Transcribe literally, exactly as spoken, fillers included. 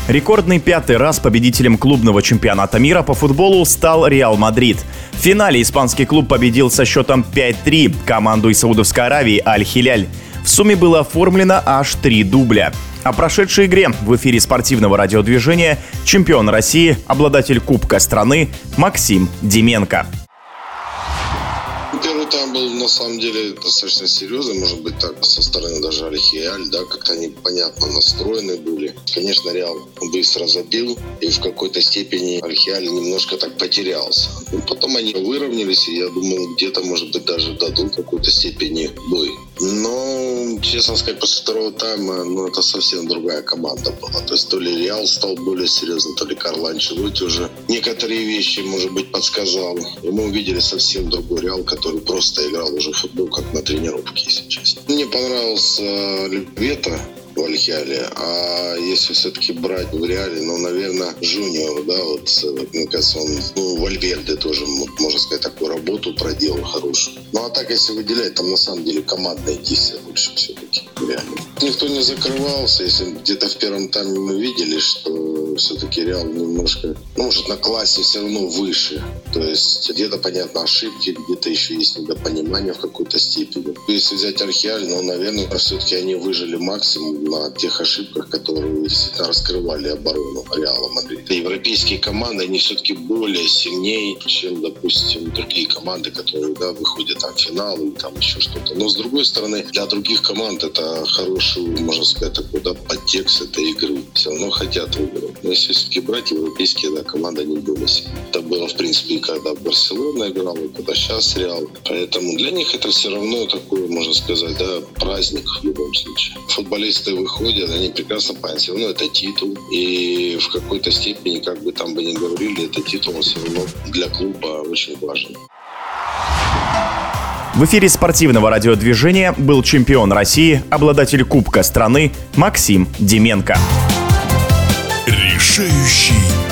Рекордный пятый раз победителем клубного чемпионата мира по футболу стал Реал Мадрид. В финале испанский клуб победил со счетом пять три команду из Саудовской Аравии Аль-Хиляль. В сумме было оформлено аж три дубля. О прошедшей игре в эфире спортивного радиодвижения чемпион России, обладатель Кубка страны Максим Деменко. Первый тайм был на самом деле достаточно серьезный, может быть так, со стороны даже Аль-Хиляль, да, как-то они понятно настроены были. Конечно, Реал быстро забил, и в какой-то степени Аль-Хиляль немножко так потерялся. Но потом они выровнялись, и я думал, где-то, может быть, даже дадут в какой-то степени бой. Но, честно сказать, после второго тайма, ну, это совсем другая команда была. То есть то ли Реал стал более серьезным, то ли Карло Анчелотти уже некоторые вещи, может быть, подсказал. И мы увидели совсем другой Реал, который просто играл уже в футбол, как на тренировке, если честно. Мне понравился Лепета в Аль-Хиляле, а если все-таки брать в Реале, ну, наверное, Жуниор, да, вот, мне кажется, он, ну, Вальверде тоже, можно сказать, такую работу проделал хорошую. Ну, а так, если выделять, там, на самом деле, командное действие лучше все-таки, реально. Никто не закрывался, если где-то в первом тайме мы видели, что все-таки Реал немножко, ну, может, на классе все равно выше. То есть где-то, понятно, ошибки, где-то еще есть недопонимание в какой-то степени. Если взять Аль-Хиляль, ну, наверное, все-таки они выжили максимум на тех ошибках, которые действительно раскрывали оборону Реала Мадрида. Европейские команды, они все-таки более сильнее, чем, допустим, другие команды, которые, да, выходят там в финал или там еще что-то. Но, с другой стороны, для других команд это хороший, можно сказать, такой, да, подтекст этой игры. Все равно хотят выиграть. Но если все-таки брать европейские, да, команды, они более сильные. Это было, в принципе, и когда Барселона играла, и когда сейчас Реал. Поэтому для них это все равно такой, можно сказать, да, праздник в любом случае. Футболисты выходят, они прекрасно понимают, все равно это титул. И в какой-то степени, как бы там бы ни говорили, этот титул все равно для клуба очень важен. В эфире спортивного радиодвижения был чемпион России, обладатель Кубка страны Максим Деменко. Решающий